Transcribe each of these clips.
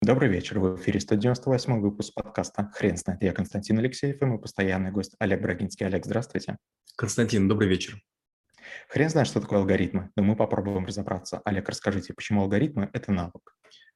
Добрый вечер. В эфире 198 выпуск подкаста «Хрен знает». Я Константин Алексеев и мой постоянный гость Олег Брагинский. Олег, здравствуйте. Константин, добрый вечер. Хрен знает, что такое алгоритмы, но мы попробуем разобраться. Олег, расскажите, почему алгоритмы– это навык?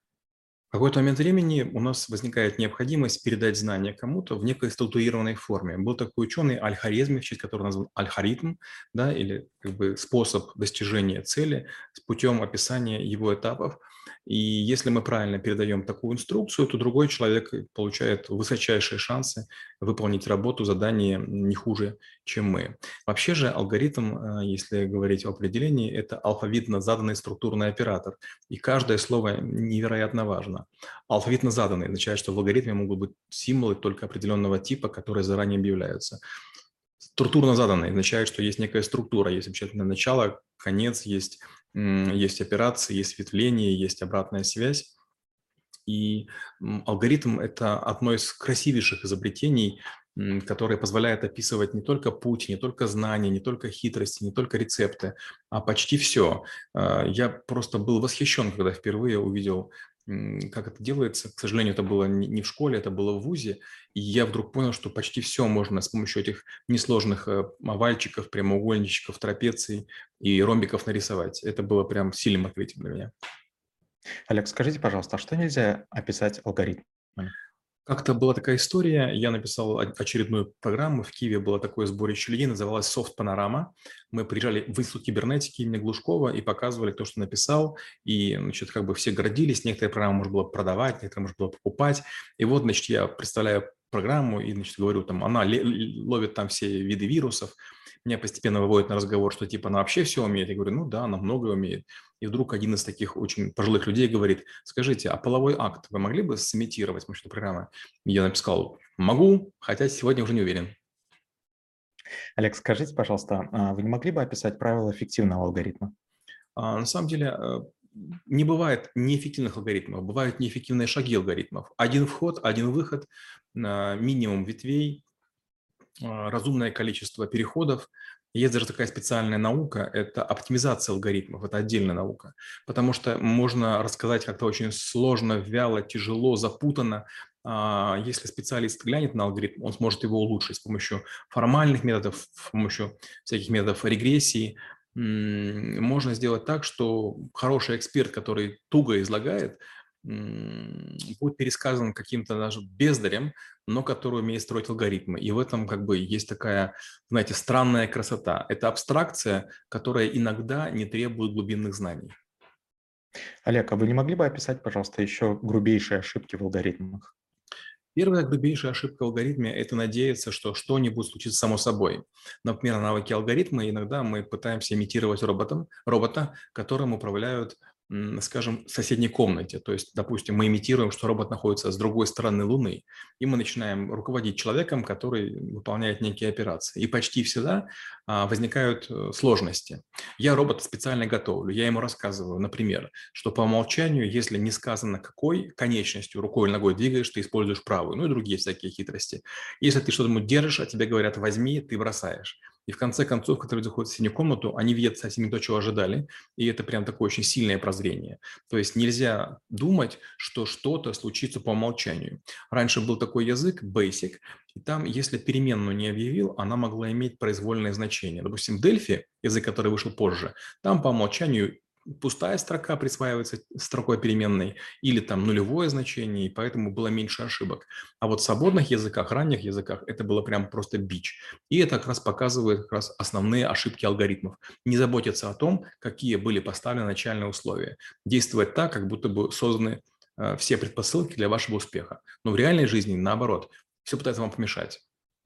В какой-то момент времени у нас возникает необходимость передать знания кому-то в некой структурированной форме. Был такой ученый Аль-Хорезми, в честь которого назван алгоритм, да, или как бы способ достижения цели с путем описания его этапов. И если мы правильно передаем такую инструкцию, то другой человек получает высочайшие шансы выполнить работу, задание не хуже, чем мы. Вообще же алгоритм, если говорить о определении, это алфавитно заданный структурный оператор. И каждое слово невероятно важно. Алфавитно заданный означает, что в алгоритме могут быть символы только определенного типа, которые заранее объявляются. Структурно заданный означает, что есть некая структура, есть обязательно начало, конец, есть операции, есть ветвление, есть обратная связь. И алгоритм– это одно из красивейших изобретений, которое позволяет описывать не только путь, не только знания, не только хитрости, не только рецепты, а почти все. Я просто был восхищен, когда впервые увидел, как это делается. К сожалению, это было не в школе, это было в ВУЗе. И я вдруг понял, что почти все можно с помощью этих несложных овальчиков, прямоугольничков, трапеций и ромбиков нарисовать. Это было прям сильным открытием для меня. Олег, скажите, пожалуйста, а что нельзя описать алгоритмами? Как-то была такая история, я написал очередную программу, в Киеве было такое сборище людей, называлось «Софт Панорама». Мы приезжали в Институт кибернетики имени Глушкова и показывали то, что написал, и, значит, как бы все гордились, некоторые программы можно было продавать, некоторые можно было покупать. И вот, значит, я представляю программу и, значит, говорю, там, она ловит там все виды вирусов. Меня постепенно выводят на разговор, что типа она вообще все умеет. Я говорю, ну да, она многое умеет. И вдруг один из таких очень пожилых людей говорит: скажите, а половой акт вы могли бы сымитировать с помощью программы? Я написал: могу, хотя сегодня уже не уверен. Олег, скажите, пожалуйста, вы не могли бы описать правила эффективного алгоритма? На самом деле не бывает неэффективных алгоритмов, бывают неэффективные шаги алгоритмов. Один вход, один выход, минимум ветвей, разумное количество переходов. Есть даже такая специальная наука – это оптимизация алгоритмов, это отдельная наука, потому что можно рассказать как-то очень сложно, вяло, тяжело, запутанно. Если специалист глянет на алгоритм, он сможет его улучшить с помощью формальных методов, с помощью всяких методов регрессии. Можно сделать так, что хороший эксперт, который туго излагает, будет пересказан каким-то даже бездарем, но который умеет строить алгоритмы. И в этом как бы есть такая, знаете, странная красота. Это абстракция, которая иногда не требует глубинных знаний. Олег, а вы не могли бы описать, пожалуйста, еще грубейшие ошибки в алгоритмах? Первая грубейшая ошибка в алгоритме– это надеяться, что что-нибудь случится само собой. Например, навыки алгоритма иногда мы пытаемся имитировать робота, которым управляют, скажем, в соседней комнате. То есть, допустим, мы имитируем, что робот находится с другой стороны Луны, и мы начинаем руководить человеком, который выполняет некие операции. И почти всегда возникают сложности. Я робота специально готовлю, я ему рассказываю, например, что по умолчанию, если не сказано какой конечностью, рукой или ногой двигаешь, ты используешь правую, ну и другие всякие хитрости. Если ты что-то ему держишь, а тебе говорят «возьми», ты бросаешь. И в конце концов, когда люди заходят в синюю комнату, они видят совсем не то, чего ожидали, и это прям такое очень сильное прозрение. То есть нельзя думать, что что-то случится по умолчанию. Раньше был такой язык Basic, и там, если переменную не объявил, она могла иметь произвольное значение. Допустим, Delphi, язык, который вышел позже, там по умолчанию пустая строка присваивается строкой переменной или там нулевое значение, и поэтому было меньше ошибок. А вот в свободных языках, ранних языках это было прям просто бич. И это как раз показывает как раз основные ошибки алгоритмов. Не заботиться о том, какие были поставлены начальные условия. Действовать так, как будто бы созданы все предпосылки для вашего успеха. Но в реальной жизни наоборот. Все пытается вам помешать.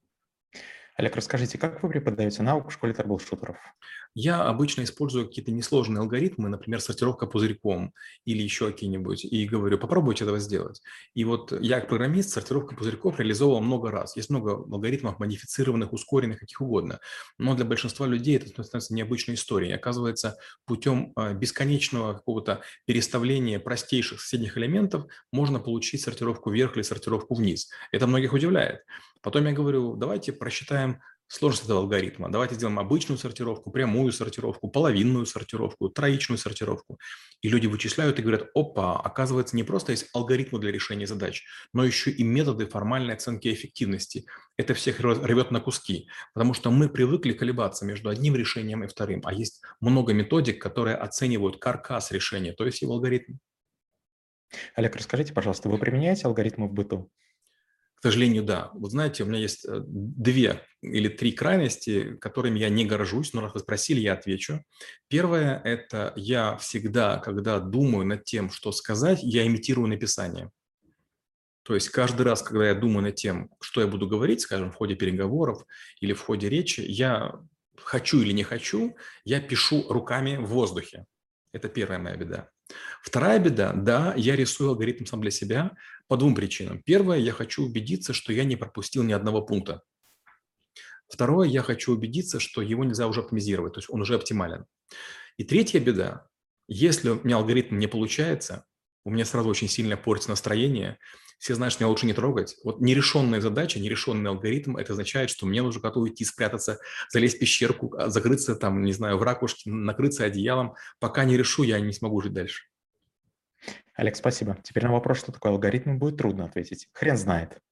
Олег, расскажите, как вы преподаете науку в школе трэблшутеров? Я обычно использую какие-то несложные алгоритмы, например, сортировка пузырьком или еще какие-нибудь, и говорю, попробуйте этого сделать. И вот я как программист сортировку пузырьков реализовал много раз. Есть много алгоритмов, модифицированных, ускоренных, каких угодно. Но для большинства людей это становится необычной историей. Оказывается, путем бесконечного какого-то переставления простейших соседних элементов можно получить сортировку вверх или сортировку вниз. Это многих удивляет. Потом я говорю, давайте просчитаем Сложность этого алгоритма. Давайте сделаем обычную сортировку, прямую сортировку, половинную сортировку, троичную сортировку. И люди вычисляют и говорят, опа, оказывается, не просто есть алгоритмы для решения задач, но еще и методы формальной оценки эффективности. Это всех рвет на куски, потому что мы привыкли колебаться между одним решением и вторым, а есть много методик, которые оценивают каркас решения, то есть его алгоритм. Олег, расскажите, пожалуйста, вы применяете алгоритмы в быту? К сожалению, да. Вот знаете, у меня есть 2 или 3 крайности, которыми я не горжусь, но раз вы спросили, я отвечу. Первое – это я всегда, когда думаю над тем, что сказать, я имитирую написание. То есть каждый раз, когда я думаю над тем, что я буду говорить, скажем, в ходе переговоров или в ходе речи, я хочу или не хочу, я пишу руками в воздухе. Это первая моя беда. Вторая беда, да, я рисую алгоритм сам для себя по 2 причинам. Первое, я хочу убедиться, что я не пропустил ни одного пункта. Второе, я хочу убедиться, что его нельзя уже оптимизировать, то есть он уже оптимален. И третья беда, если у меня алгоритм не получается, у меня сразу очень сильно портится настроение, все знают, что меня лучше не трогать. Вот нерешенная задача, нерешенный алгоритм, это означает, что мне нужно куда-то уйти, спрятаться, залезть в пещерку, закрыться там, не знаю, в ракушке, накрыться одеялом. Пока не решу, я не смогу жить дальше. Олег, спасибо. Теперь на вопрос, что такое алгоритм, будет трудно ответить. Хрен знает.